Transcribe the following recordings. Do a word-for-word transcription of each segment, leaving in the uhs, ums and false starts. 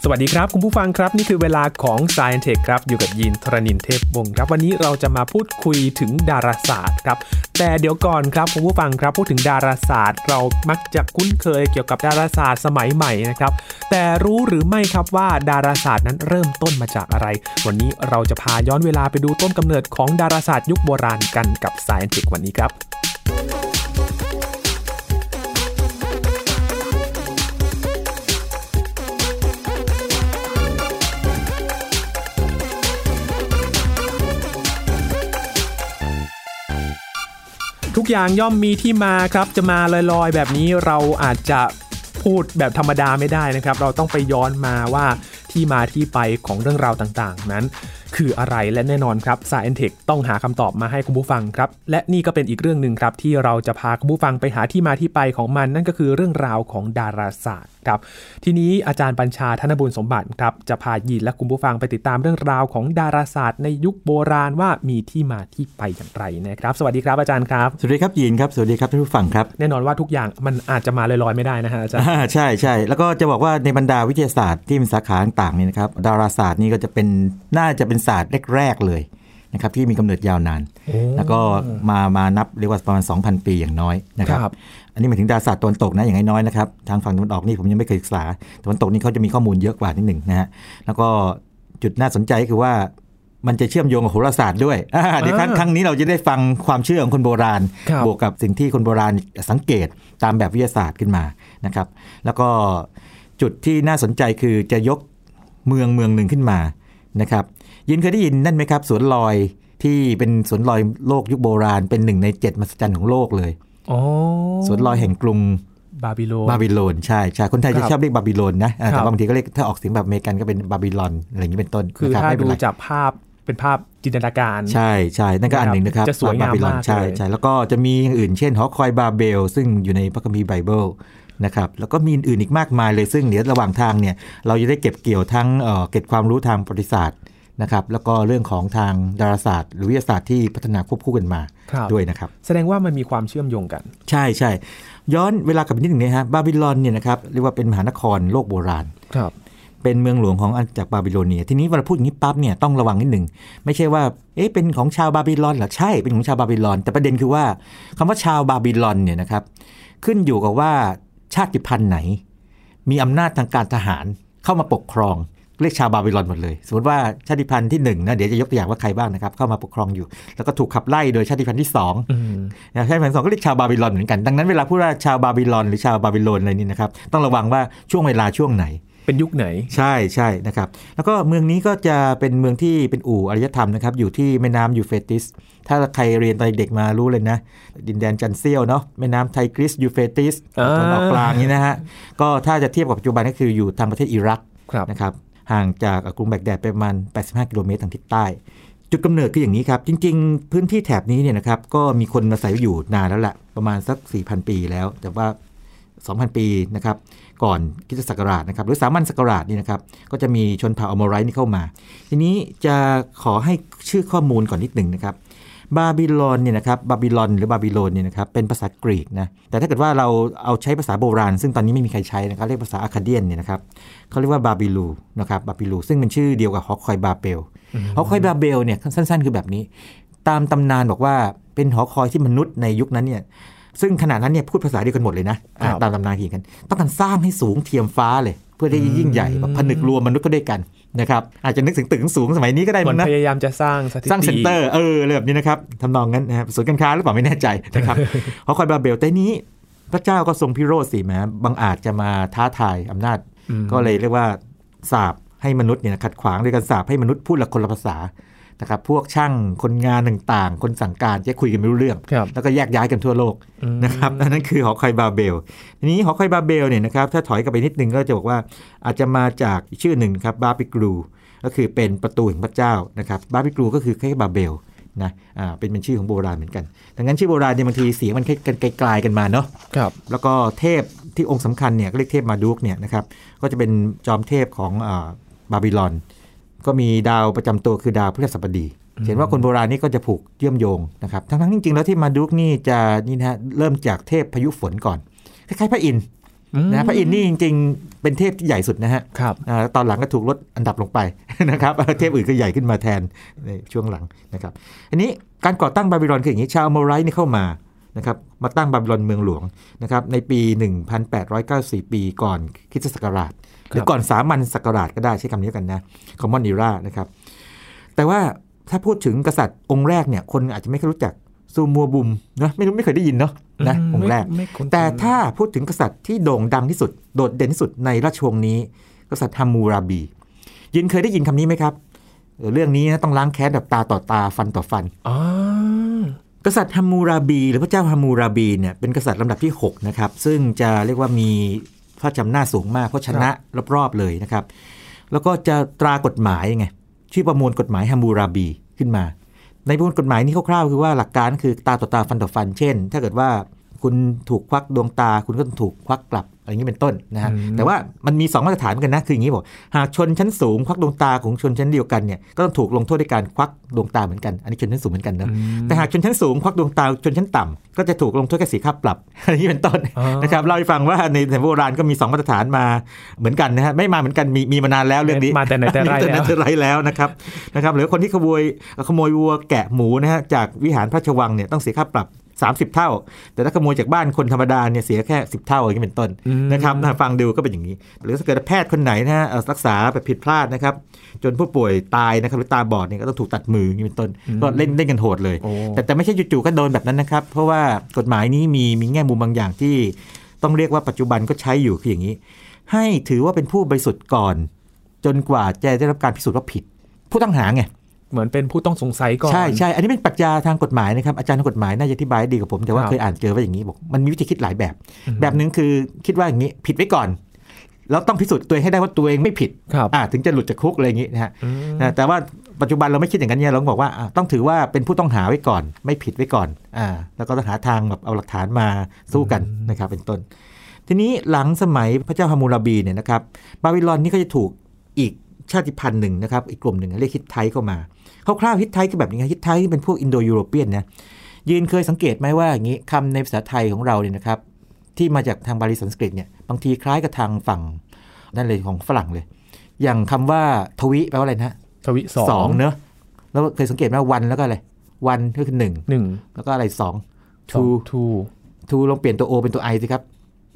สวัสดีครับคุณผู้ฟังครับนี่คือเวลาของ Science Tech ครับอยู่กับยีนทรณินเทพวงศ์ครับวันนี้เราจะมาพูดคุยถึงดาราศาสตร์ครับแต่เดี๋ยวก่อนครับคุณผู้ฟังครับพูดถึงดาราศาสตร์เรามักจะคุ้นเคยเกี่ยวกับดาราศาสตร์สมัยใหม่นะครับแต่รู้หรือไม่ครับว่าดาราศาสตร์นั้นเริ่มต้นมาจากอะไรวันนี้เราจะพาย้อนเวลาไปดูต้นกำเนิดของดาราศาสตร์ยุคโบราณกันกับ Science Tech วันนี้ครับทุกอย่างย่อมมีที่มาครับจะมาลอยๆแบบนี้เราอาจจะพูดแบบธรรมดาไม่ได้นะครับเราต้องไปย้อนมาว่าที่มาที่ไปของเรื่องราวต่างๆนั้นคืออะไรและแน่นอนครับ Science Tech ต้องหาคำตอบมาให้คุณผู้ฟังครับและนี่ก็เป็นอีกเรื่องนึงครับที่เราจะพาคุณผู้ฟังไปหาที่มาที่ไปของมันนั่นก็คือเรื่องราวของดาราศาสตร์ครับทีนี้อาจารย์บัญชาธนบุญสมบัติครับจะพายีนและคุณผู้ฟังไปติดตามเรื่องราวของดาราศาสตร์ในยุคโบราณว่ามีที่มาที่ไปอย่างไรนะครับสวัสดีครับอาจารย์ครับสวัสดีครับยีนครับสวัสดีครับท่านผู้ฟังครับแน่นอนว่าทุกอย่างมันอาจจะมาลอยๆไม่ได้นะฮะอาจารย์ใช่ใช่แล้วก็จะบอกว่าในบรรดาวิทยาศาสตร์ที่เป็นสาขาต่างๆนี่นะครับดาราศาสตร์นี่ก็จะเป็นน่าจะเป็นศาสตร์แรกๆเลยนะครับที่มีกำเนิดยาวนานแล้วก็มามานับเรียกว่าประมาณ สองพัน ปีอย่างน้อยนะครับอันนี้หมายถึงดาราศาสตร์ตะวันตกนะอย่างน้อยๆนะครับทางฝั่งตะวันออกนี่ผมยังไม่เคยศึกษาตะวันตกนี่เขาจะมีข้อมูลเยอะกว่านิดหนึ่งนะฮะแล้วก็จุดน่าสนใจคือว่ามันจะเชื่อมโยงกับโหราศาสตร์ด้วยเดี๋ยวครั้งครั้งนี้เราจะได้ฟังความเชื่อของคนโบราณบวกกับสิ่งที่คนโบราณสังเกตตามแบบวิทยาศาสตร์ขึ้นมานะครับแล้วก็จุดที่น่าสนใจคือจะยกเมืองเมืองหนึ่งขึ้นมานะครับยินเคยได้ยินนั่นไหมครับสวนลอยที่เป็นสวนลอยโลกยุคโบราณเป็นหนึ่งในเจ็ดมหัศจรรย์ของโลกเลยสวนลอยแห่งกรุงบาบิโลนบาบิโลนใช่ใช่คนไทยจะชอบเรียกบาบิโลนนะแต่บางทีก็เรียกถ้าออกเสียงแบบอเมริกันก็เป็นบาบิลอนอะไรอย่างนี้เป็นต้นคือถ้าดูจากภาพเป็นภาพจินตนาการใช่ใช่นั่นก็อันหนึ่งนะครับจะสวยงามมากใช่ใช่แล้วก็จะมีอย่างอื่นเช่นหอคอยบาเบลซึ่งอยู่ในพระคัมภีร์ไบเบิลนะครับแล้วก็มีอื่นอีกมากมายเลยซึ่งเดี๋ยวระหว่างทางเนี่ยเราจะได้เก็บเกี่ยวทั้งเอ่อเก็บความรู้ทางประวัติศาสตร์นะครับแล้วก็เรื่องของทางดาราศาสตร์หรือวิทยาศาสตร์ที่พัฒนาควบคู่กันมาด้วยนะครับแสดงว่ามันมีความเชื่อมโยงกันใช่ใช่ย้อนเวลากลับไปนิดหนึ่งนะฮะบาบิลอนเนี่ยนะครับเรียกว่าเป็นมหานครโลกโบราณครับเป็นเมืองหลวงของอาณาจักรบาบิโลเนียทีนี้เวลาพูดอย่างนี้ปั๊บเนี่ยต้องระวังนิดหนึ่งไม่ใช่ว่าเอ๊ะเป็นของชาวบาบิลอนเหรอใช่เป็นของชาวบาบิลอนแต่ประเด็นคือว่าคำว่าชาวบาบิลอนเนี่ยนะครับขึ้นอยู่กับว่าชาติพันธุ์ไหนมีอำนาจทางการทหารเข้ามาปกครองเรียกชาวบาบิลอนหมดเลยสมมติว่าชาติพันธุ์ที่หนึ่งนะเดี๋ยวจะยกตัวอย่างว่าใครบ้างนะครับเข้ามาปกครองอยู่แล้วก็ถูกขับไล่โดยชาติพันธุ์ที่สองชาติพันธุ์ที่สองก็เรียกชาวบาบิลอนเหมือนกันดังนั้นเวลาพูดว่าชาวบาบิลอนหรือชาวบาบิโลนอะไรนี่นะครับต้องระวังว่าช่วงเวลาช่วงไหนเป็นยุคไหนใช่ใช่นะครับแล้วก็เมืองนี้ก็จะเป็นเมืองที่เป็นอู่อารยธรรมนะครับอยู่ที่แม่น้ำยูเฟรติสถ้าใครเรียนตอนเด็กมารู้เลยนะดินแดนจันเซียวเนาะแม่น้ำไทกริสยูเฟรติสตอนออกกลางนี้นะฮะก็ถ้าจะเทียบกับปัจจุบันก็คืออยู่ทางประเทศอิรักนะครับห่างจากกรุงแบกแดดไปประมาณแปดสิบห้ากิโลเมตรทางทิศใต้จุดกำเนิดคืออย่างนี้ครับจริงๆพื้นที่แถบนี้เนี่ยนะครับก็มีคนอาศัยอยู่นานแล้วแหละประมาณสัก สี่พัน ปีแล้วแต่ว่า สองพัน ปีนะครับก่อนคริสตศักราชนะครับหรือสามัญศักราชนี่นะครับก็จะมีชนเผ่าอโมไรต์นี่เข้ามาทีนี้จะขอให้ชื่อข้อมูลก่อนนิดหนึ่งนะครับบาบิโลนเนี่ยนะครับบาบิลอนหรือบาบิโลนเนี่ยนะครับเป็นภาษากรีกนะแต่ถ้าเกิดว่าเราเอาใช้ภาษาโบราณซึ่งตอนนี้ไม่มีใครใช้นะครับเรียกภาษาอาคาเดียนเนี่ยนะครับเขาเรียกว่าบาบิลูนะครับบาบิลูซึ่งเป็นชื่อเดียวกับหอคอยบาเบลหอคอยบาเบลเนี่ยสั้นๆคือแบบนี้ตามตำนานบอกว่าเป็นหอคอยที่มนุษย์ในยุคนั้นเนี่ยซึ่งขณะนั้นเนี่ยพูดภาษาเดียวกันหมดเลยนะตามตำนานเขียนกันต้องการสร้างให้สูงเทียมฟ้าเลยเพื่อได้ยิ่งใหญ่แบบผนึกรวมมนุษย์เข้าด้วยกันนะครับอาจจะนึกถึงตึกสูงสมัยนี้ก็ได้มั้งนะพยายามจะสร้างสร้างเซ็นเตอร์เอออะไรแบบนี้นะครับทำนองนั้นนะครับศูนย์การค้าหรือเปล่าไม่แน่ใจนะครับหอคอยบาเบลแต่นี้พระเจ้าก็ทรงพิโรธสิแม้บังอาจจะมาท้าทายอำนาจก็เลยเรียกว่าสาปให้มนุษย์เนี่ยขัดขวางด้วยการสาปให้มนุษย์พูดละคนละภาษานะครับพวกช่างคนงานต่างๆคนสั่งการจะคุยกันไม่รู้เรื่องแล้วก็แยกย้ายกันทั่วโลกนะครับนั่นคือหอคอยบาเบลทีนี้หอคอยบาเบลเนี่ยนะครับถ้าถอยกลับไปนิดนึงก็จะบอกว่าอาจจะมาจากชื่อหนึ่งครับบาบิกรูก็คือเป็นประตูแห่งพระเจ้านะครับบาบิกรูก็คือคล้ายๆบาเบลนะอ่าเป็นเป็นชื่อของโบราณเหมือนกันดังนั้นชื่อโบราณเนี่ยบางทีเสียงมันไกลๆกันมาเนาะครับแล้วก็เทพที่องค์สำคัญเนี่ยก็เรียกเทพมาดูกเนี่ยนะครับก็จะเป็นจอมเทพของอ่าบาบิลอนก็มีดาวประจำตัวคือดาวพฤหัสบดีเห็นว่าคนโบราณนี่ก็จะผูกเชื่อมโยงนะครับทั้งๆจริงๆแล้วที่มาดูกนี่จะนี่นะเริ่มจากเทพพายุฝนก่อนคล้ายๆพระอินทร์นะพระอินทร์นี่จริงๆเป็นเทพที่ใหญ่สุดนะฮะตอนหลังก็ถูกลดอันดับลงไปนะครับเทพอื่นก็ใหญ่ขึ้นมาแทนในช่วงหลังนะครับอันนี้การก่อตั้งบาบิลอนคืออย่างนี้ชาวอโมไรต์นี่เข้ามานะครับมาตั้งบาบิลอนเมืองหลวงนะครับในปีหนึ่งพันแปดร้อยเก้าสิบสี่ปีก่อนคริสตศักราชหรือก่อนสามัญศักราชก็ได้ใช้คำนี้กันนะคอมมอนอีรานะครับแต่ว่าถ้าพูดถึงกษัตริย์องค์แรกเนี่ยคนอาจจะไม่เคยรู้จักซูมัวบุมนะไม่รู้ไม่เคยได้ยินเนาะนะองค์แรกแต่ถ้าพูดถึงกษัตริย์ที่โด่งดังที่สุดโดดเด่นที่สุดในราชวงศ์นี้กษัตริย์ฮัมมูราบียินเคยได้ยินคำนี้ไหมครับเรื่องนี้นะต้องล้างแค้นแบบตาต่อตาฟันต่อฟันกษัตริย์ฮัมมูราบีหรือพระเจ้าฮัมมูราบีเนี่ยเป็นกษัตริย์ลำดับที่หกนะครับซึ่งจะเรียกว่ามีพระจำหน้าสูงมากเพราะชนะรอบๆเลยนะครับแล้วก็จะตรากฎหมายไงชื่อประมวลกฎหมายฮัมมูราบีขึ้นมาในประมวลกฎหมายนี้คร่าวๆคือว่าหลักการคือตาต่อตาฟันต่อฟันเช่นถ้าเกิดว่าคุณถูกควักดวงตาคุณก็ต้องถูกควักกลับอะไรอย่างนี้เป็นต้นนะฮะแต่ว่ามันมีสองมาตรฐานกันนะคืออย่างนี้บอกหากชนชั้นสูงควักดวงตาของชนชั้นเดียวกันเนี่ยก็ต้องถูกลงโทษด้วยการควักดวงตาเหมือนกันอันนี้ชนชั้นสูงเหมือนกันนะแต่หากชนชั้นสูงควักดวงตาชนชั้นต่ำก็จะถูกลงโทษแค่เสียค่าปรับอะไรอย่างนี้เป็นต้นนะครับเล่าให้ฟังว่าในสมัยโบราณก็มีสองมาตรฐานมาเหมือนกันนะฮะไม่มาเหมือนกันมีมีมานานแล้วเรื่องนี้มาแต่ไหนแต่ไรแล้วแต่ไรแล้วนะครับนะครับหรือคนที่ขโมยขโมยวัวแกะหมูนะฮะจากวิหารพระราชวังเนี่ยต้องเสียค่าปรับสามสิบเท่าแต่ถ้าขโมยจากบ้านคนธรรมดาเนี่ยเสียแค่สิบเท่าอย่างนี้เป็นต้นนะครับฟังดูก็เป็นอย่างนี้หรือถ้าเกิดแพทย์คนไหนนะฮะรักษาแบบผิดพลาดนะครับจนผู้ป่วยตายนะครับหรือตาบอดเนี่ยก็ต้องถูกตัดมืออย่างนี้เป็นต้นก็เล่นเล่นกันโหดเลยแต่แต่ไม่ใช่จู่ๆก็โดนแบบนั้นนะครับเพราะว่ากฎหมายนี้มีมีแง่มุมบางอย่างที่ต้องเรียกว่าปัจจุบันก็ใช้อยู่คืออย่างนี้ให้ถือว่าเป็นผู้บริสุทธิ์ก่อนจนกว่าจะได้รับการพิสูจน์ว่าผิดผู้ต้องหาไงเหมือนเป็นผู้ต้องสงสัยก่อนใช่ใช่อันนี้เป็นปรัชญาทางกฎหมายนะครับอาจารย์ทางกฎหมายน่าจะอธิบายดีกว่าผมแต่ว่าเคยอ่านเจอว่าอย่างนี้บอกมันมีวิธีคิดหลายแบบแบบนึงคือคิดว่าอย่างนี้ผิดไว้ก่อนแล้วต้องพิสูจน์ตัวเองให้ได้ว่าตัวเองไม่ผิดอ่าถึงจะหลุดจากคุกอะไรอย่างนี้นะฮะแต่ว่าปัจจุบันเราไม่คิดอย่างนั้นเนี่ยเราบอกว่าต้องถือว่าเป็นผู้ต้องหาไว้ก่อนไม่ผิดไว้ก่อนอ่าแล้วก็ต้องหาทางแบบเอาหลักฐานมาสู้กันนะครับเป็นต้นทีนี้หลังสมัยพระเจ้าฮัมมูราบีเนี่ยนะครับบาบิลอนนี่ก็จะถูกอีกชาติพันธุ์หนึ่งนะครับอีกกลุ่มหนึ่งเรียกฮิตไทเข้ามาคร่าวๆฮิตไทคือแบบนี้ฮิตไทเป็นพวกอินโดยุโรเปียนนะยืนเคยสังเกตไหมว่าอย่างนี้คำในภาษาไทยของเราเนี่ยนะครับที่มาจากทางบาลีสันสกฤตเนี่ยบางทีคล้ายกับทางฝั่งนั่นเลยของฝรั่งเลยอย่างคำว่าทวิแปลว่าอะไรนะทวิสองสองเนอะแล้วเคยสังเกตไหมวันแล้วก็อะไรวันก็คือหนึ่งหนึ่งแล้วก็อะไรสองทูทูทูลองเปลี่ยนตัวโอเป็นตัวไอสิครับ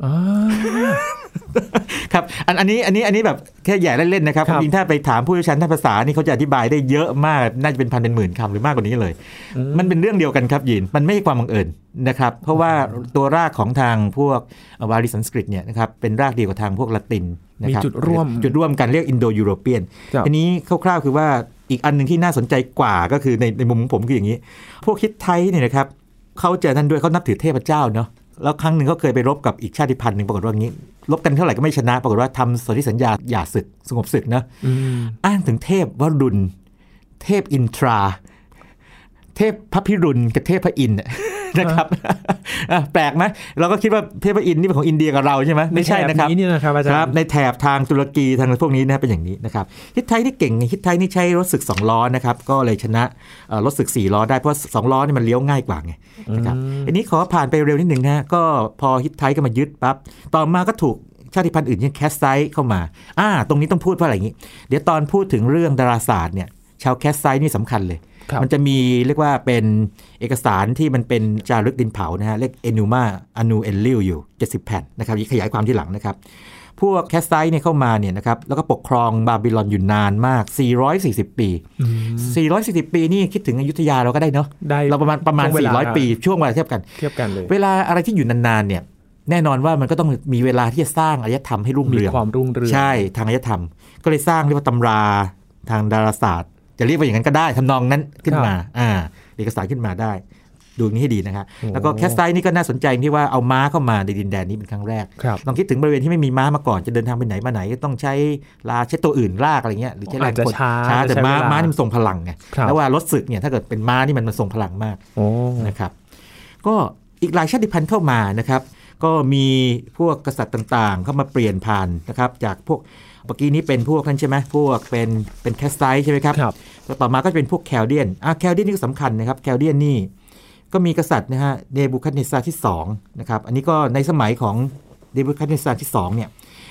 ครับอันอันนี้อันนี้อันนี้แบบแค่แย่เล่นๆนะครับจริงถ้าไปถามผู้เชี่ยวชาญด้านภาษานี่เขาจะอธิบายได้เยอะมากน่าจะเป็นพันเป็นหมื่นคำหรือมากกว่านี้เลยมันเป็นเรื่องเดียวกันครับยินมันไม่ใช่ความบังเอิญนะครับเพราะว่าตัวรากของทางพวกบาลีสันสกฤตเนี่ยนะครับเป็นรากเดียวกับทางพวกละตินนะครับมีจุดร่วมจุดร่วมกันเรียกอินโดยุโรเปียนทีนี้คร่าวๆคือว่าอีกอันนึงที่น่าสนใจกว่าก็คือในในมุมของผมคืออย่างนี้พวกฮิตไทเนี่ยนะครับเขาเจอท่านด้วยเขานับถือเทพเจ้าเนาะแล้วครั้งหนึ่งเขาเคยไปรบกับอีกชาติพันธุ์หนึ่งปรากฏว่าอย่างนี้รบกันเท่าไหร่ก็ไม่ชนะปรากฏว่าทำสนธิสัญญาหย่าศึกสงบศึกนะอ้างถึงเทพวรุณเทพอินทราเทพพระพิรุณกับเทพพระอินทร์นะครับแปลกไหมเราก็คิดว่าเทพพระอินทร์นี่เป็นของอินเดียกับเราใช่ไหมไม่ใช่นะครับนี่นะครับอาจารย์ในแถบทางตุรกีทางพวกนี้นะเป็นอย่างนี้นะครับฮิตไทนี่เก่งฮิตไทนี่ใช้รถศึกสองล้อนะครับก็เลยชนะรถศึกสี่ล้อได้เพราะสองล้อนี่มันเลี้ยวง่ายกว่าไงนะครับอันนี้ขอผ่านไปเร็วนิดหนึ่งนะก็พอฮิตไทก็มายึดปั๊บต่อมาก็ถูกชาติพันธุ์อื่นอย่างแคสไซต์เข้ามาอ่าตรงนี้ต้องพูดว่าอะไรอย่างนี้เดี๋ยวตอนพูดถึงเรื่องดาราศาสตร์เนี่ยชาวแคสไซต์นี่สำคัญเลยมันจะมีเรียกว่าเป็นเอกสารที่มันเป็นจารึกดินเผานะฮะเรียกเอนูมาอนูเอลลิวอยู่เจ็ดสิบแผ่นนะครับขยายความที่หลังนะครับพวกแคสไซต์เนี่ยเข้ามาเนี่ยนะครับแล้วก็ปกครองบาบิลอนอยู่นานมากสี่ร้อยสี่สิบปีสี่ร้อยสี่สิบปีนี่คิดถึงอยุธยาเราก็ได้เนาะเราประมาณประมาณสี่ร้อยปีช่วงเวลาเทียบกันเทียบกันเลยเวลาอะไรที่อยู่นานๆเนี่ยแน่นอนว่ามันก็ต้องมีเวลาที่จะสร้างอารยธรรมให้รุ่งเรืองมีความรุ่งเรืองใช่ทางอารยธรรมก็เลยสร้างเรียกว่าตำราทางดาราศาสตร์จะเรียกว่าอย่างนั้นก็ได้ทำนองนั้นขึ้นมาอ่าเอกสารขึ้นมาได้ดูนี้ให้ดีนะครับแล้วก็แคสไซต์นี่ก็น่าสนใจที่ว่าเอาม้าเข้ามาในดินแดนนี้เป็นครั้งแรกลองคิดถึงบริเวณที่ไม่มีม้ามาก่อนจะเดินทางไปไหนมาไหนก็ต้องใช้ลาใช้ตัวอื่นลากอะไรเงี้ยหรือใช้แรงกดช้าแต่ม้าม้านี่มันทรงพลังไงแล้วว่ารถศึกเนี่ยถ้าเกิดเป็นม้านี่มันมันทรงพลังมากนะครับก็อีกหลายชาติพันธุ์เข้ามานะครับก็มีพวกกษัตริย์ต่างๆเข้ามาเปลี่ยนผ่านนะครับจากพวกเมื่อกี้นี้เป็นพวกนั้นใช่ไหมพวกเป็นเป็นแคสไซต์ใช่ไหมครับแล้วต่อมาก็จะเป็นพวกแคลเดียนอ่ะแคลเดียนนี่ก็สำคัญนะครับแคลเดียนนี่ก็มีกษัตริย์นะฮะเนบูคัดเนซาร์ที่สองนะครับอันนี้ก็ในสมัยของเนบูคัดเนซาร์ที่สองเนี่ย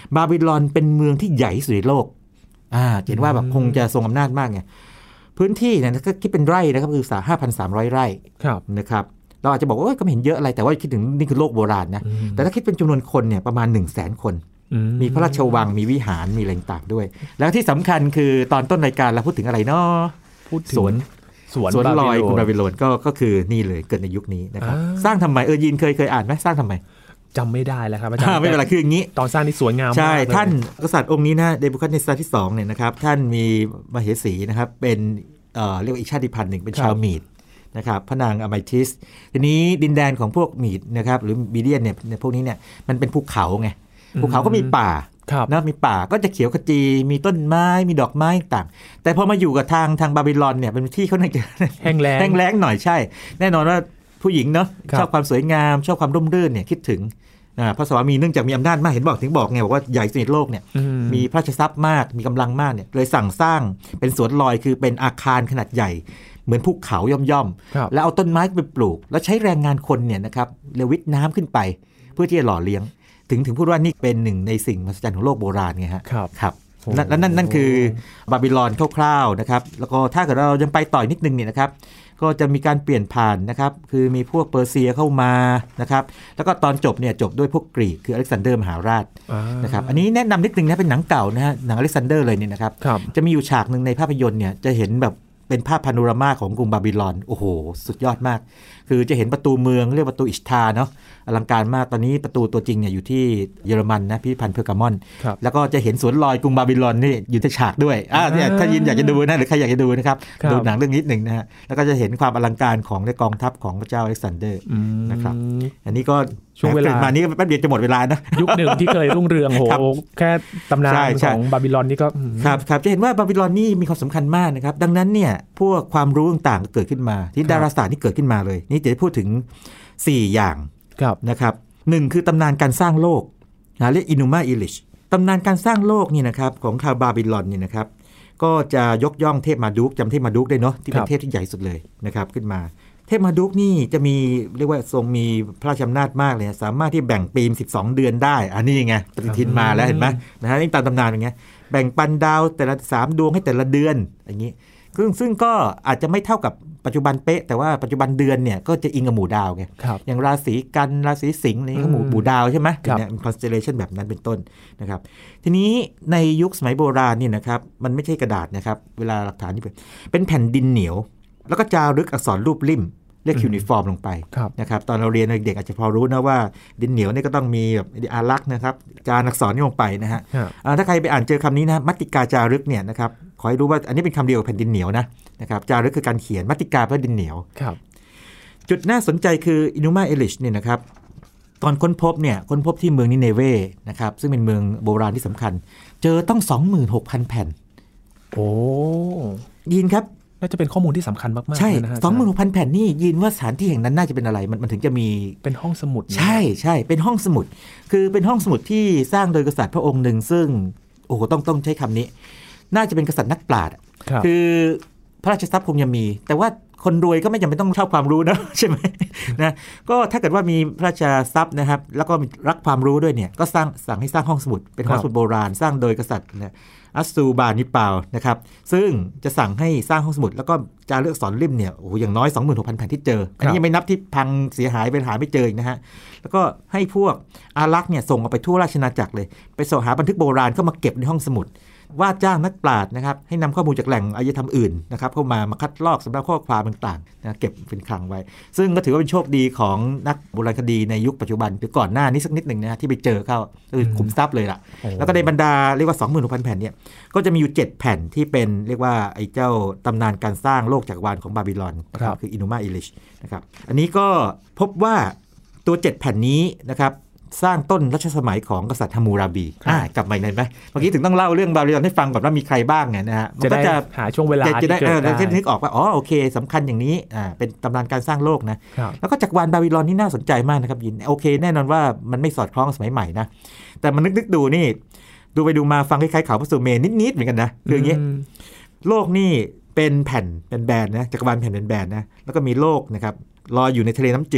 บาบิลอนเป็นเมืองที่ใหญ่ที่สุดในโลกอ่าเห็นว่าแบบคงจะทรงอำนาจมากไงพื้นที่เนี่ยก็คิดเป็นไร่นะครับคือห้าพันสามร้อยไร่นะครับเราอาจจะบอกว่าก็ไม่เห็นเยอะอะไรแต่ว่าคิดถึงนี่คือโลกโบราณนะแต่ถ้าคิดเป็นจำนวนคนเนี่ยประมาณ หนึ่งแสน คนมีพระราชวังมีวิหารมีอะไรต่างๆด้วยแล้วที่สำคัญคือตอนต้นรายการเราพูดถึงอะไรเนาะพูดถึงสวนสวนลอยกรุงบาบิโลนก็ก็คือนี่เลยเกิดในยุคนี้นะครับสร้างทำไมเออยินเคยเคยอ่านไหมสร้างทำไมจำไม่ได้แล้วครับอาจารย์ไม่เป็นไรคืออย่างนี้ตอนสร้างนี่สวยงามมากใช่ท่านกษัตริย์องค์นี้นะเดบูคัดเนซัสที่สองเนี่ยนะครับท่านมีมเหสีนะครับเป็นเอ่อเรียกว่าอีกชาติพันธุ์หนึ่งเป็นชาวมีดนะครับพระนางอไมทิสทีนี้ดินแดนของพวกมีดนะครับหรือบีเดียนเนี่ยพวกนี้เนี่ยมันเป็นภูเขาไงภูเขาก็มีป่านะมีป่าก็จะเขียวขจีมีต้นไม้มีดอกไม้ต่างแต่พอมาอยู่กับทางทางบาบิลอนเนี่ยเป็นที่เขาเนี่ยแห้งแล้งแห้งแล้งหน่อยใช่แน่นอนว่าผู้หญิงเนาะชอบความสวยงามชอบความร่มรื่นเนี่ยคิดถึงพระสวามีเนื่องจากมีอำนาจมากเห็นบอกถึงบอกไงบอกว่าใหญ่สุดในโลกเนี่ยมีพระราชทรัพย์มากมีกำลังมากเนี่ยเลยสั่งสร้างเป็นสวนลอยคือเป็นอาคารขนาดใหญ่เหมือนภูเขาย่อมๆแล้วเอาต้นไม้ไปปลูกแล้วใช้แรงงานคนเนี่ยนะครับเลวิทน้ำขึ้นไปเพื่อที่จะหล่อเลี้ยงถึงถึงพูดว่านี่เป็นหนึ่งในสิ่งมหัศจรรย์ของโลกโบราณไงฮะครับครับและนั่นนั่นคือบาบิลอนคร่าวๆนะครับแล้วก็ถ้าเกิดเรายังไปต่อนิดนึงเนี่ยนะครับก็จะมีการเปลี่ยนผ่านนะครับคือมีพวกเปอร์เซียเข้ามานะครับแล้วก็ตอนจบเนี่ยจบด้วยพวกกรีกคืออเล็กซานเดอร์มหาราชนะครับอันนี้แนะนำนิดนึงนะเป็นหนังเก่านะฮะหนังอเล็กซานเดอร์เลยเนี่ยนะครับจะมีอยู่ฉากนึงในภาพยนตร์เนี่ยจะเห็นแบบเป็นภาพพาโนรามาของกรุงบาบิลอนโอ้โหสุดยอดมากคือจะเห็นประตูเมืองเรียกประตูอิชทาเนาะอลังการมากตอนนี้ประตูตัวจริงเนี่ยอยู่ที่เยอรมันนะพิพิธภัณฑ์เพอร์กามอนแล้วก็จะเห็นสวนลอยกรุงบาบิลอนนี่อยู่ในฉากด้วยอ่าเนี่ยถ้ายินอยากจะดูนะหรือใครอยากจะดูนะครับดูหนังเรื่องนี้หนึ่งนะฮะแล้วก็จะเห็นความอลังการของในกองทัพของพระเจ้าอเล็กซานเดอร์นะครับอันนี้ก็ช่วงเวลามานี้แป๊บเดียวจะหมดเวลานะยุคหนึ่งที่เคยรุ่งเรืองโหแค่ตำนานของบาบิลอนนี่ก็ครับครับจะเห็นว่าบาบิลอนนี่มีความสำคัญมากนะครับดังนั้นเนี่ยพวกความรู้ต่างๆเกิดขึ้นมาที่ดาราศาสตร์นี่เกิดขึ้นมาเลยนี่จะพูดถึงสี่อย่างนะครับหนึ่งคือตำนานการสร้างโลกนะเรียกอินูมาอิลิชตำนานการสร้างโลกนี่นะครับของชาวบาบิลอนนี่นะครับก็จะยกย่องเทพมาดูกจำเทพมาดูกได้เนาะที่เป็นเทพที่ใหญ่สุดเลยนะครับขึ้นมาเทพมาดูกนี่จะมีเรียกว่าทรงมีพระราชอำนาจมากเลยสามารถที่แบ่งปีมสิบสองเดือนได้อันนี้ไงปฏิทินมาแล้วเห็นไหมนะฮะนี่ตามตำนานอย่างเงี้ยแบ่งปันดาวแต่ละสามดวงให้แต่ละเดือนอย่างนี้ซึ่งซึ่งก็อาจจะไม่เท่ากับปัจจุบันเป๊ะแต่ว่าปัจจุบันเดือนเนี่ยก็จะอิงกับหมู่ดาวไงอย่างราศีกันราศีสิงห์นี่ก็หมู่หมู่ดาวใช่ไหมเนี่ย constellation แบบนั้นเป็นต้นนะครับทีนี้ในยุคสมัยโบราณนี่นะครับมันไม่ใช่กระดาษนะครับเวลาหลักฐานนี่เป็นเป็นแผ่นดินเหนียวแล้วก็จารึกอักษรรูปลิ่มเรียกคิวนิฟอร์มลงไปนะครับตอนเราเรียนเด็กอาจจะพอรู้นะว่าดินเหนียวนี่ก็ต้องมีแบบอารักษ์นะครับจารึกอักษรนี่ลงไปนะฮะถ้าใครไปอ่านเจอคำนี้นะมัตติกาจารึกเนี่ยนะครับขอให้รู้ว่าอันนี้เป็นคำเดียวกับแผ่นดินเหนียวนะนะครับจารึกคือการเขียนมัตติกาแปลว่าดินเหนียวจุดน่าสนใจคืออินูมาเอลิชเนี่ยนะครับตอนค้นพบเนี่ยค้นพบที่เมืองนิเนเวนะครับซึ่งเป็นเมืองโบราณที่สำคัญเจอต้อง สองหมื่นหกพัน แผ่นโอ้ยินครับน่าจะเป็นข้อมูลที่สำคัญมากๆใช่นะฮะสองหมื่นหกพัน แผ่นนี่ยินว่าสถานที่แห่งนั้นน่าจะเป็นอะไรมันมันถึงจะมีเป็นห้องสมุดใช่ใช่เป็นห้องสมุดคือเป็นห้องสมุดที่สร้างโดยกษัตริย์พระองค์หนึ่งซึ่งโอ้โหต้องต้องใช้คำนี้น่าจะเป็นกษัตริย์นักปราชญ์คือพระราชทรัพย์คงจะมีแต่ว่าคนรวยก็ไม่จำเป็นต้องชอบความรู้นะใช่ไหมนะก็ถ้าเกิดว่ามีพระราชทรัพย์นะครับแล้วก็รักความรู้ด้วยเนี่ยก็สร้างสั่งให้สร้างห้องสมุดเป็นห้องสมุดโบราณสร้างโดยกษัตริย์นะอัสซูบานิปาลนะครับซึ่งจะสั่งให้สร้างห้องสมุดแล้วก็จารึกอักษรริมเนี่ยโอ้โหอย่างน้อย สองหมื่นหกพัน แผ่นที่เจออันนี้ยังไม่นับที่พังเสียหายไปหาไม่เจออีกนะฮะแล้วก็ให้พวกอารักษ์เนี่ยส่งออกไปทั่วราชอาณาจักรเลยไปสอบหาบันทึกโบราณเข้ามาเก็บในห้องสมุดว่าจ้างนักปราชญ์นะครับให้นำข้อมูลจากแหล่งอารยธรรมอื่นนะครับเข้ามามาคัดลอกสำหรับข้อความต่างๆนะเก็บเป็นคลังไว้ซึ่งก็ถือว่าเป็นโชคดีของนักโบราณคดีในยุคปัจจุบันหรือก่อนหน้านี้สักนิดหนึ่งนะที่ไปเจอเข้าคือขุมทรัพย์เลยล่ะแล้วก็ในบรรดาเรียกว่า สองหมื่นหกพัน แผ่นเนี่ยก็จะมีอยู่เจ็ดแผ่นที่เป็นเรียกว่าไอ้เจ้าตำนานการสร้างโลกจักรวาลของบาบิลอนนะครับคืออินูมาอิลิชนะครับอันนี้ก็พบว่าตัวเจ็ดแผ่นนี้นะครับสร้างต้นรัชสมัยของกษัตริย์ฮัมมูราบีกลับมาเลยไหมเมื่อกี้ถึงต้องเล่าเรื่องบาบิลอนให้ฟังก่อนว่ามีใครบ้างไงนะฮะมันก็จะหาช่วงเวลาจะได้เออจะนึกออกว่าอ๋อโอเคสำคัญอย่างนี้อ่าเป็นตำนานการสร้างโลกนะแล้วก็จักรวาลบาบิลอนนี่น่าสนใจมากนะครับยินโอเคแน่นอนว่ามันไม่สอดคล้องกับสมัยใหม่นะแต่มันนึกๆดูนี่ดูไปดูมาฟังคล้ายๆข่าวพระสุเมนนิดๆเหมือนกันนะคืออย่างนี้โลกนี่เป็นแผ่นเป็นแบนนะจักรวาลแผ่นเป็นแบนนะแล้วก็มีโลกนะครับลอยอยู่ในทะเลน้ำจืด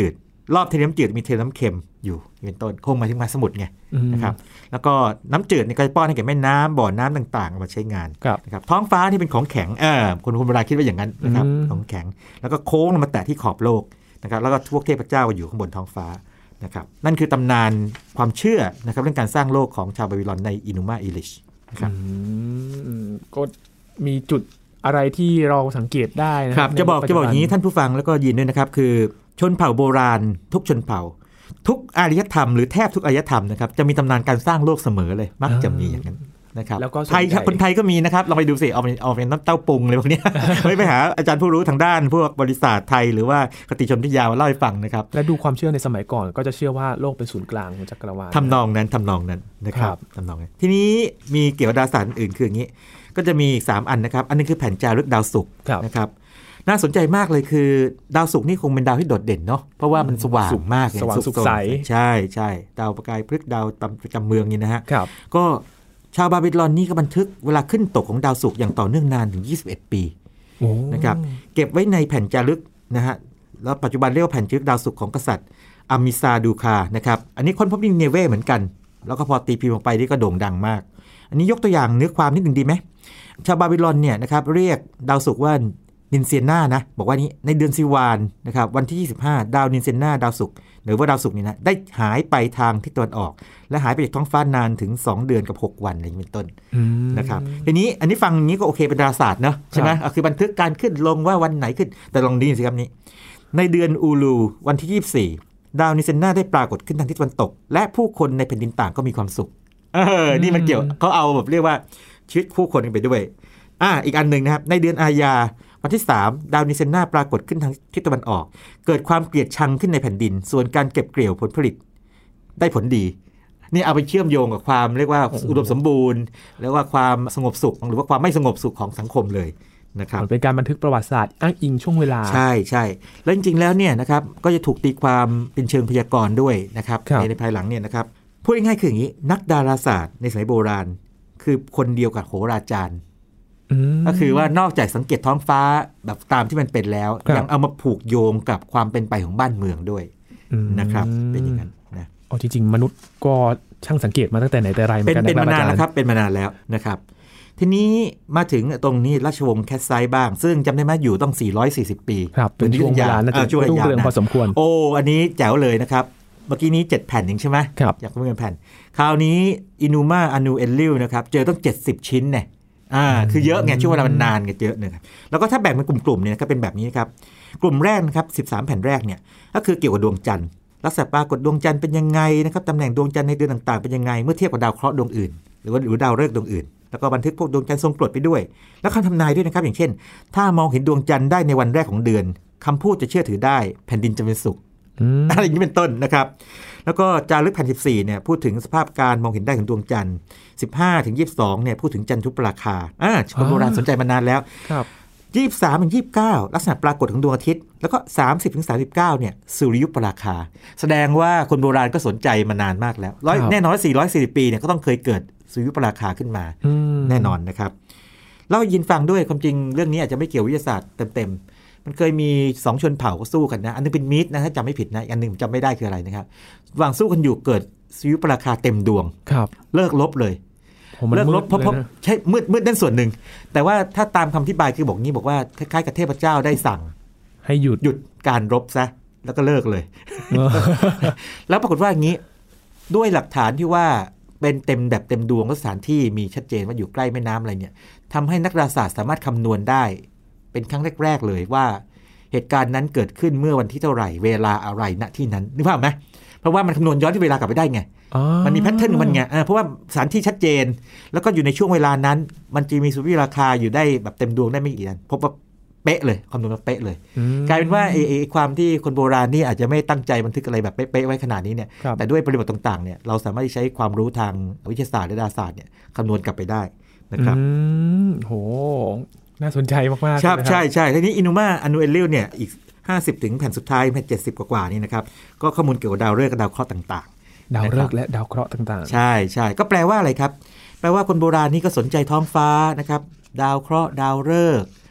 รอบทะเลน้ำจืดมีทะเลน้ำเค็มอยู่เป็นต้นคงมาถึงมหาสมุทรไงนะครับแล้วก็น้ำจืดนี่ก็จะป้อนให้แก่แม่น้ำบ่อน้ำต่างๆมาใช้งานนะครับท้องฟ้าที่เป็นของแข็งเออคนคนโบราณคิดว่าอย่างนั้นนะครับของแข็งแล้วก็โค้งมาแตะที่ขอบโลกนะครับแล้วก็พวกเทพเจ้าก็อยู่ข้างบนท้องฟ้านะครับนั่นคือตำนานความเชื่อนะครับเรื่องการสร้างโลกของชาวบาบิลอนในอินูมาอิลิชนะครับก็มีจุดอะไรที่เราสังเกตได้นะครับจะบอกจะบอกอย่างนี้ท่านผู้ฟังแล้วก็ยินด้วยนะครับคือชนเผ่าโบราณทุกชนเผ่าทุกอารยธรรมหรือแทบทุกอารยธรรมนะครับจะมีตำนานการสร้างโลกเสมอเลยมักจะมีอย่างนั้นนะครับไทยคนไทยก็มีนะครับลองไปดูสิเอาไปเอาเป็นน้ำเต้าปรุงอะไรพวกนี้ ไม่ไปหาอาจารย์ผู้รู้ทางด้านพวกบริษัทไทยหรือว่าคติชนวิทยาเล่าให้ฟังนะครับและดูความเชื่อในสมัยก่อนก็จะเชื่อว่าโลกเป็นศูนย์กลางของจักรวาลทำนองนั้นทำนองนั้นนะครับทำนองนั้นทีนี้มีเกี่ยวกับดาราศาสตร์อื่นคืออย่างนี้ก็จะมีสามอันนะครับอันนึงคือแผ่นจารึกดาวศุกร์นะครับน่าสนใจมากเลยคือดาวศุกร์นี่คงเป็นดาวที่โดดเด่นเนาะเพราะว่ามันสว่างมากสว่างสุขใสใช่ใช่ดาวประกายพฤกษ์ดาวประจำเมืองนี่นะฮะก็ชาวบาบิลอนนี่ก็บันทึกเวลาขึ้นตกของดาวศุกร์อย่างต่อเนื่องนานถึงยี่สิบเอ็ดปีนะครับเก็บไว้ในแผ่นจารึกนะฮะแล้วปัจจุบันเรียกว่าแผ่นจารึกดาวศุกร์ของกษัตริย์อามิซาดูคานะครับอันนี้ค้นพบที่เนเวเหมือนกันแล้วก็พอตีพิมพ์ออกไปนี่ก็โด่งดังมากอันนี้ยกตัวอย่างเนื้อความนิดหนึ่งดีไหมชาวบาบิลอนเนี่ยนะครับเรียกดาวศุกร์ว่านินเซียนานะบอกว่านี้ในเดือนซิวานนะครับวันที่ยี่สิบห้าดาวนินเซียนาดาวศุกร์หรือว่าดาวศุกร์นี่นะได้หายไปทางทิศตะวันออกและหายไปจากท้องฟ้านานถึงสองเดือนกับหกวันอะไรอย่างนี้เป็นต้นนะครับทีนี้อันนี้ฟังอย่างนี้ก็โอเคเป็นดาราศาสตร์เนาะใช่ไหมคือบันทึกการขึ้นลงว่าวันไหนขึ้นแต่ลองดีสิครับนี้ในเดือนอูลูวันที่ยี่สิบสี่ดาวนินเซียนาได้ปรากฏขึ้นทางทิศตะวันตกและผู้คนในแผ่นดินต่างก็มีความสุขเออนี่มันเกี่ยวเขาเอาแบบเรียกว่าชีวิตผู้คนกันไปด้วยอ่าอีกอันหนึ่งนะครับในเดือนอายาวันที่สามดาวนิเซนาปรากฏขึ้นทางทิศตะวันออกเกิดความเกลียดชังขึ้นในแผ่นดินส่วนการเก็บเกี่ยวผลผลิตได้ผลดีนี่เอาไปเชื่อมโยงกับความเรียกว่าอุดมสมบูรณ์แล้วว่าความสงบสุขหรือว่าความไม่สงบสุขของสังคมเลยนะครับเป็นการบันทึกประวัติศาสตร์อ้างอิงช่วงเวลาใช่ใช่แล้วจริงๆแล้วเนี่ยนะครับก็จะถูกตีความเป็นเชิงพยากรณ์ด้วยนะครับในในภายหลังเนี่ยนะครับพูดง่ายๆคืออย่างนี้นักดาราศาสตร์ในสมัยโบราณคือคนเดียวกับโหราจารย์ก็คือว่านอกจากสังเกตท้องฟ้าแบบตามที่มันเป็นแล้วยังเอามาผูกโยงกับความเป็นไปของบ้านเมืองด้วยนะครับเป็นอย่างนั้นนะอ๋อจริงๆมนุษย์ก็ช่างสังเกตมาตั้งแต่ไหนแต่ไรเหมือนกันเป็นมานานแล้วครับเป็นมานานแล้วนะครับทีนี้มาถึงตรงนี้ราชวงศ์แคสไซบ้างซึ่งจำได้ไหมอยู่ต้องสี่ร้อยสี่สิบปีครับเป็นช่วงเวลาน่าจะรุ่งเรืองพอสมควรโอ้อันนี้แจ๋วเลยนะครับเมื่อกี้นี้เจ็ดแผ่นเองใช่ไหมอยากเพิ่มแผ่นคราวนี้อินูมาอานูเอลลิวนะครับเจอต้องเจ็ดสิบชิ้นเนี่ยอ่าคือเยอะไงช่วงเวลามันนานกันเยอะเนี่ยแล้วก็ถ้าแบ่งเป็นกลุ่มๆเนี่ยก็เป็นแบบนี้ครับกลุ่มแรกนะครับสิบสามแผ่นแรกเนี่ยก็คือเกี่ยวกับดวงจันทร์ลักษณะปรากฏดวงจันทร์เป็นยังไงนะครับตำแหน่งดวงจันทร์ในเดือนต่างๆเป็นยังไงเมื่อเทียบกับดาวเคราะห์ดวงอื่นหรือว่าหรือดาวฤกษ์ดวงอื่นแล้วก็บันทึกพวกดวงจันทร์ทรงกรดไปด้วยแล้วคำทำนายด้วยนะครับอย่างเช่นถ้ามองเห็นดวงจันทร์ได้ในวันแรกของเดือนคำพูดจะเชื่อถือได้แผ่นดินจะเป็นสุขอะไรอย่างนี้เป็นต้นนะครับแล้วก็จารึกแผ่นสิบสี่เนี่ยพูดถึงสภาพการมองเห็นได้ของดวงจันทร์สิบห้าถึงยี่สิบสองเนี่ยพูดถึงจันทรุปราคาอ่าคนโบราณสนใจมานานแล้วครับยี่สิบสามถึงยี่สิบเก้าลักษณะปรากฏของดวงอาทิตย์แล้วก็สามสิบถึงสามสิบเก้าเนี่ยสุริยุปราคาแสดงว่าคนโบราณก็สนใจมานานมากแล้วร้อยแน่นอนสี่ร้อยสี่สิบปีเนี่ยก็ต้องเคยเกิดสุริยุปราคาขึ้นมาแน่นอนนะครับเล่ายินฟังด้วยความจริงเรื่องนี้อาจจะไม่เกี่ยววิทยาศาสตร์เต็มๆมันเคยมีสองชนเผ่าก็สู้กันนะอันนึงเป็นมิตรนะถ้าจำไม่ผิดนะอันนึงจำไม่ได้คืออะไรนะครับระหว่างสู้กันอยู่เกิดสุริยุปราคาเต็มดวงเลิกลบเลยเลิกลบเพราะเพราะใช่มืดมืดนั่นส่วนหนึ่งแต่ว่าถ้าตามคำอธิบายคือบอกงี้บอกว่าคล้ายๆกับเทพเจ้าได้สั่งให้หยุดหยุดการรบซะแล้วก็เลิกเลย แล้วปรากฏว่าอย่างนี้ด้วยหลักฐานที่ว่าเป็นเต็มแบบเต็มดวงสถานที่มีชัดเจนว่าอยู่ใกล้แม่น้ำอะไรเนี่ยทำให้นักดาราศาสตร์สามารถคำนวณได้เป็นครั้งแรกๆเลยว่าเหตุการณ์นั้นเกิดขึ้นเมื่อวันที่เท่าไหร่เวลาอะไรณที่นั้นนึกภาพไหมเพราะว่ามันคำนวณย้อนที่เวลากลับไปได้ไงมันมีแพทเทิร์นของมันไงเพราะว่าสถานที่ชัดเจนแล้วก็อยู่ในช่วงเวลานั้นมันจะมีสุริยุปราคาอยู่ได้แบบเต็มดวงได้ไม่กี่วันพบว่าเป๊ะเลยคำนวณมาเป๊ะเลยกลายเป็นว่าไอ้ความที่คนโบราณนี่อาจจะไม่ตั้งใจบันทึกอะไรแบบเป๊ะๆไว้ขนาดนี้เนี่ยแต่ด้วยบริบทต่างๆเนี่ยเราสามารถใช้ความรู้ทางวิทยาศาสตร์และดาราศาสตร์เนี่ยคำนวณกลับไปได้นะครับโหน่าสนใจมากๆใช่ใช่ใช่ทีนี้อินูมาอานูเอลลิวเนี่ยอีกห้าสิบถึงแผ่นสุดท้ายแผ่นเจ็ดสิบกว่าๆนี่นะครับก็ข้อมูลเกี่ยวกับดาวฤกษ์กับดาวเคราะห์ต่างๆดาวฤกษ์และดาวเคราะห์ต่างๆใช่ใช่ก็แปลว่าอะไรครับแปลว่าคนโบราณนี่ก็สนใจท้องฟ้านะครับดาวเคราะห์ดาวฤกษ์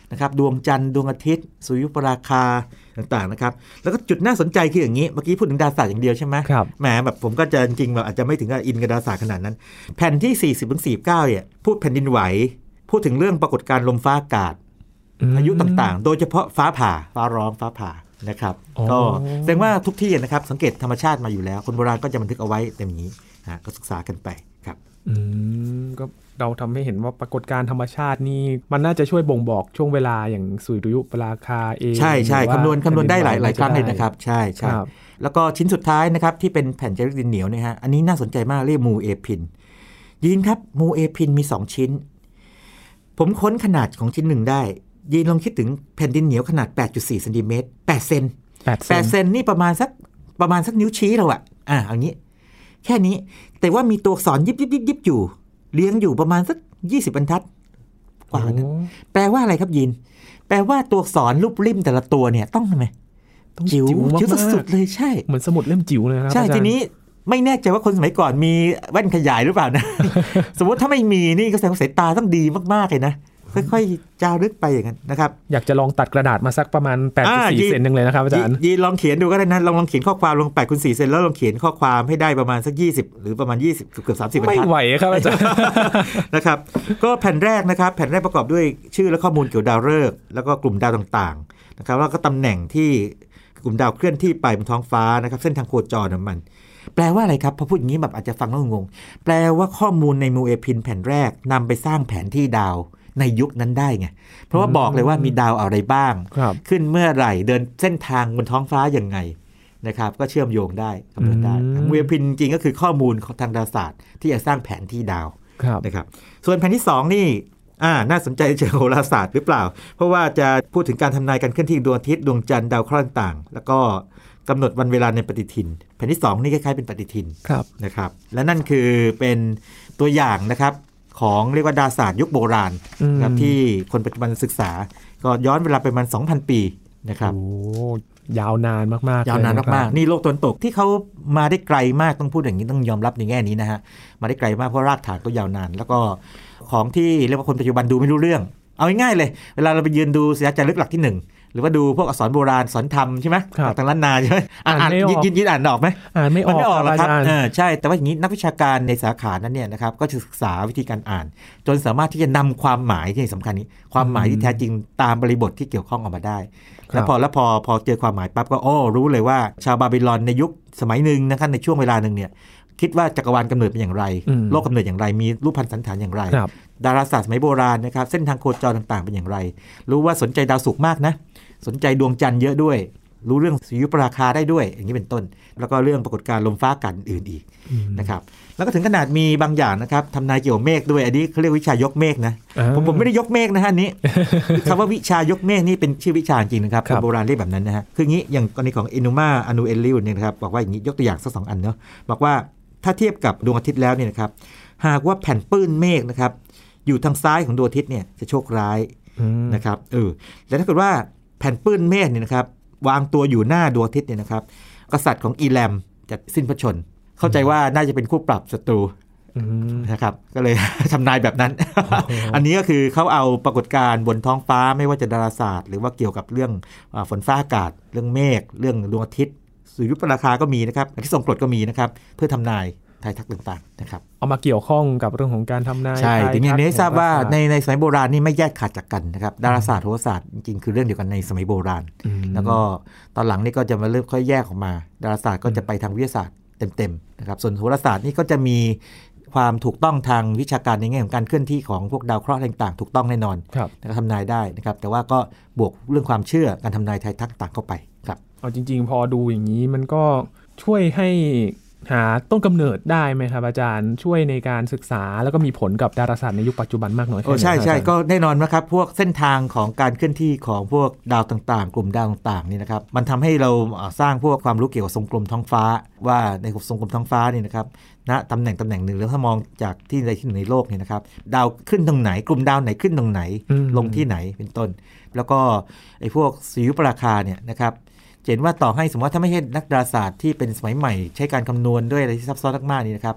นะครับดวงจันทร์ดวงอาทิตย์สุริยุปราคาต่างๆนะครับแล้วก็จุดน่าสนใจคืออย่างนี้เมื่อกี้พูดถึงดาราศาสตร์อย่างเดียวใช่ไหมครับแหมแบบผมก็จะจริงๆแบบอาจจะไม่ถึงกับอินกับดาราศาสตร์ขนาดนั้นแผ่นที่ สี่สิบถึงสี่สิบเก้า เนี่ยพูดแผ่นดินไหวพูดถึงเรื่องปรากฏการณ์ลมฟ้าอากาศพายุต่างๆโดยเฉพาะฟ้าผ่าฟ้าร้องฟ้าผ่านะครับก็แสดงว่าทุกที่นะครับสังเกตธรรมชาติมาอยู่แล้วคนโบราณก็จะบันทึกเอาไว้เต็มนี้นะก็ศึกษากันไปครับอืมก็เราทำให้เห็นว่าปรากฏการณ์ธรรมชาตินี่มันน่าจะช่วยบ่งบอกช่วงเวลาอย่างสุริยุปราคาเองใช่ใช่คำนวณคำนวณได้หลายหลายครั้งเลยนะครับใช่ใช่แล้วก็ชิ้นสุดท้ายนะครับที่เป็นแผ่นจารึกดินเหนียวเนี่ยฮะอันนี้น่าสนใจมากเรียกมูเอพินยีนครับมูเอพินมีสองชิ้นผมค้นขนาดของชิ้นหนึ่งได้ยีนลองคิดถึงแผ่นดินเหนียวขนาด แปดจุดสี่ เซนติเมตรแปดเซนแปดเซนนี่ประมาณสักประมาณสักนิ้วชี้เราอะอ่ะอย่างนี้แค่นี้แต่ว่ามีตัวอักษรยิบยิบยิบยิบอยู่เลี้ยงอยู่ประมาณสักยี่สิบบรรทัดกว่านั้นแปลว่าอะไรครับยินแปลว่าตัวอักษรรูปริมแต่ละตัวเนี่ยต้องทำไมจิ๋วจิ๋วสุดๆเลยใช่เหมือนสมุดเล่มจิ๋วเลยครับใช่ทีนี้ไม่แน่ใจว่าคนสมัยก่อนมีแว่นขยายหรือเปล่านะ สมมติถ้าไม่มีนี่ก็แสดงว่าสายตาต้องดีมากๆเลยนะค่อยๆจารึกไปอย่างนั้นนะครับอยากจะลองตัดกระดาษมาสักประมาณ แปดจุดสี่ เซนนึงเลยนะครับอาจารย์ยีลองเขียนดูก็ได้นะลองลองเขียนข้อความลง แปดคูณสี่ เซนแล้วลองเขียนข้อความให้ได้ประมาณสักยี่สิบหรือประมาณยี่สิบเกือบสามสิบบรรทัดไม่ไหวครับอาจารย์นะครับก็แผ่นแรกนะครับแผ่นแรกประกอบด้วยชื่อและข้อมูลเกี่ยวกับดาวฤกษ์แล้วก็กลุ่มดาวต่างๆนะครับแล้วก็ตำแหน่งที่กลุ่มดาวเคลื่อนที่ไปบนท้องฟ้านะครับเส้นทางโคจรของมันแปลว่าอะไรครับพอพูดอย่างนี้แบบอาจจะฟังแล้วงงแปลว่าข้อมูลในมูเอพินแผ่นแรกนำไปสร้างแผนที่ดาวในยุคนั้นได้ไงเพราะว่าบอกเลยว่ามีดาวอะไรบ้างขึ้นเมื่อไหร่เดินเส้นทางบนท้องฟ้ายังไงนะครับก็เชื่อมโยงได้กำหนดได้มูเอพินจริงก็คือข้อมูลทางดาราศาสตร์ที่จะสร้างแผนที่ดาวนะครับส่วนแผนที่สองนี่อ่าน่าสนใจเชิงโหราศาสตร์หรือเปล่าเพราะว่าจะพูดถึงการทำนายการเคลื่อนที่ดวงอาทิตย์ดวงจันทร์ดาวเคราะห์ต่างๆแล้วก็กำหนดวันเวลาในปฏิทินแผนที่สองนี่คล้ายๆเป็นปฏิทินนะครับและนั่นคือเป็นตัวอย่างนะครับของเรียกว่าดาราศาสตร์ยุคโบราณครับที่คนปัจจุบันศึกษาก็ย้อนเวลาไปประมาณ สองพัน ปีนะครับโอ้ยาวนานมากๆยาวนานมากๆนี่โลกตะวันตกที่เขามาได้ไกลมากต้องพูดอย่างนี้ต้องยอมรับในแง่นี้นะฮะมาได้ไกลมากเพราะรากฐานก็ยาวนานแล้วก็ของที่เรียกว่าคนปัจจุบันดูไม่รู้เรื่องเอาง่ายๆเลยเวลาเราไปยืนดูศิลปจารึกหลักที่หนึ่งหรือว่าดูพวกอักษรโบราณสอนธรรมใช่ไหมทางล้านนาใช่ไหมอ่านยินยินอ่านออกไหมอ่านไม่ออกไม่ออกหรอกครับใช่แต่ว่าอย่างนี้นักวิชาการในสาขานั้นเนี่ยนะครับก็จะศึกษาวิธีการอ่านจนสามารถที่จะนำความหมายที่สำคัญนี้ความหมายที่แท้จริงตามบริบทที่เกี่ยวข้องออกมาได้แล้วพอแล้วพอพอเจอความหมายปั๊บก็โอ้รู้เลยว่าชาวบาบิลอนในยุคสมัยหนึ่งนะครับในช่วงเวลาหนึ่งเนี่ยคิดว่าจักรวาลกำเนิดเป็นอย่างไรโลกกำเนิดอย่างไรมีรูปพรรณสันฐานอย่างไรดาราศาสตร์สมัยโบราณนะครับเส้นทางโคจรต่างๆเป็นอย่างไรรู้ว่าสนใจดาวศุกร์มากนะสนใจดวงจันทร์เยอะด้วยรู้เรื่องสุริยุปราคาได้ด้วยอย่างนี้เป็นต้นแล้วก็เรื่องปรากฏการณ์ลมฟ้าอากาศอื่นอีกนะครับแล้วก็ถึงขนาดมีบางอย่างนะครับทำนายเกี่ยวกับเมฆด้วยอันนี้เขาเรียกวิชายกเมฆนะผมผมไม่ได้ยกเมฆนะฮะนี้ คำว่าวิชายกเมฆนี่เป็นชื่อวิชาจริงนะครับคนโบราณเรียกแบบนั้นนะฮะคืองี้อย่างกรณีของเอนูมาอนูเอลลิวเนี่ยนะครับบอกว่าอย่างนี้ยกตัวอย่างสักสองอันเนาะบอกว่าถ้าเทียบกับดวงอาทิตย์แล้วเนี่ยนะครับหากว่าแผ่นปื้นเมฆนะครับอยู่ทางซ้ายของดวงอาทิตย์เนี่ยจะโชคร้ายนะครับเออแต่ถ้าเกิดว่าแผ่นปื้นเมฆเนี่ยนะครับวางตัวอยู่หน้าดวงอาทิตย์เนี่ยนะครับกษัตริย์ของอีแลมจะสิ้นพระชนเข้าใจว่าน่าจะเป็นคู่ปรับศัตรูนะครับก็เลย ทำนายแบบนั้น อันนี้ก็คือเขาเอาปรากฏการณ์บนท้องฟ้าไม่ว่าจะดาราศาสตร์หรือว่าเกี่ยวกับเรื่องฝนฟ้าอากาศเรื่องเมฆเรื่องดวงอาทิตย์สุริยุปราคาก็มีนะครับที่ทรงกรดก็มีนะครับเพื่อทำนายทายทักต่างๆนะครับเอามาเกี่ยวข้องกับเรื่องของการทำนายใช่ทีนี้นี้ทราบว่าในในสมัยโบราณนี่ไม่แยกขาดจากกันนะครับดาราศาสตร์โหราศาสตร์จริงๆคือเรื่องเดียวกันในสมัยโบราณแล้วก็ตอนหลังนี่ก็จะมาเริ่มค่อยแยกออกมาดาราศาสตร์ก็จะไปทางวิทยาศาสตร์เต็มๆนะครับส่วนโหราศาสตร์นี่ก็จะมีความถูกต้องทางวิชาการในแง่ของการเคลื่อนที่ของพวกดาวเคราะห์ต่างๆถูกต้องแน่นอนแล้วก็ทำนายได้นะครับแต่ว่าก็บวกเรื่องความเชื่อการทำนายทายทักต่างเข้าไปครับเอาจริงๆพอดูอย่างนี้มันก็ช่วยให้หาต้นกำเนิดได้ไหมครับอาจารย์ช่วยในการศึกษาแล้วก็มีผลกับดาราศาสตร์ในยุคปัจจุบันมากน้อยแค่ไหนใช่ใช่ก็แน่นอนนะครับพวกเส้นทางของการเคลื่อนที่ของพวกดาวต่างๆกลุ่มดาวต่างๆนี่นะครับมันทำให้เราสร้างพวกความรู้เกี่ยวกับทรงกลมท้องฟ้าว่าในทรงกลมท้องฟ้านี่นะครับณตำแหน่งตำแหน่งหนึ่งแล้วถ้ามองจากที่ใดที่หนึ่งในโลกนี่นะครับดาวขึ้นตรงไหนกลุ่มดาวไหนขึ้นตรงไหนลงที่ไหนเป็นต้นแล้วก็ไอ้พวกสุริยุปราคาเนี่ยนะครับเห็นว่าต่อให้สมมติว่าถ้าไม่ใช่นักดาราศาสตร์ที่เป็นสมัยใหม่ใช้การคำนวณด้วยอะไรที่ซับซ้อนมากๆนี่นะครับ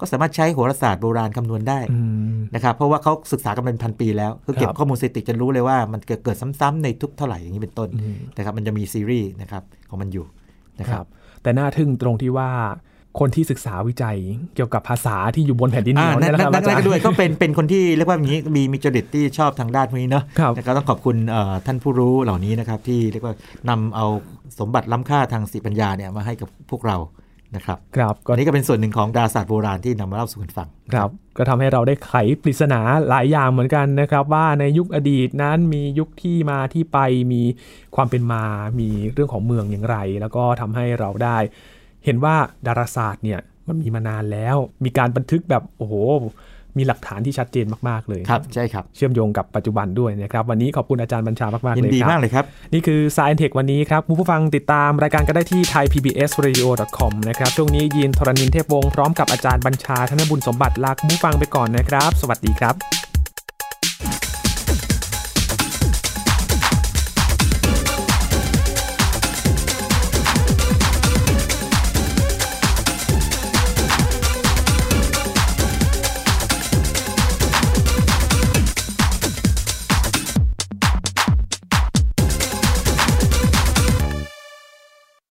ก็สามารถใช้โหราศาสตร์โบราณคำนวณได้นะครับเพราะว่าเขาศึกษากันเป็นพันปีแล้วคือเก็บข้อมูลสถิติจะรู้เลยว่ามันเกิดเกิดซ้ำๆในทุกเท่าไหร่อย่างนี้เป็นต้นนะครับมันจะมีซีรีส์นะครับของมันอยู่นะครับแต่น่าทึ่งตรงที่ว่าคนที่ศึกษาวิจัยเกี่ยวกับภาษาที่อยู่บนแผ่นดินเราเนี่ยนะครับนั่นก็ด้วยก็เป็นเป็นคนที่เรียกว่าอย่างนี้มีมีจริตที่ชอบทางด้านนี้เนาะนะครับต้องขอบคุณท่านผู้รู้เหล่านี้นะครับที่เรียกว่านำเอาสมบัติล้ำค่าทางสติปัญญาเนี่ยมาให้กับพวกเรานะครับครับอันนี้ก็เป็นส่วนหนึ่งของดาราศาสตร์โบราณที่นำมาเล่าสู่กันฟังครับก็ทำให้เราได้ไขปริศนาหลายอย่างเหมือนกันนะครับว่าในยุคอดีตนั้นมียุคที่มาที่ไปมีความเป็นมามีเรื่องของเมืองอย่างไรแล้วก็ทำให้เราได้เห็นว่าดาราศาสตร์เนี่ยมันมีมานานแล้วมีการบันทึกแบบโอ้โหมีหลักฐานที่ชัดเจนมากๆเลยครับใช่ครับเชื่อมโยงกับปัจจุบันด้วยนะครับวันนี้ขอบคุณอาจารย์บัญชามากๆเลยครับยินดีมากเลยครับนี่คือ Science Tech วันนี้ครับคุณผู้ฟังติดตามรายการกันได้ที่ ไทยพีบีเอสเรดิโอ ดอท คอม นะครับช่วงนี้ยินทรณินเทพวงศ์พร้อมกับอาจารย์บัญชาธนบุญสมบัติลาคุณผู้ฟังไปก่อนนะครับสวัสดีครับ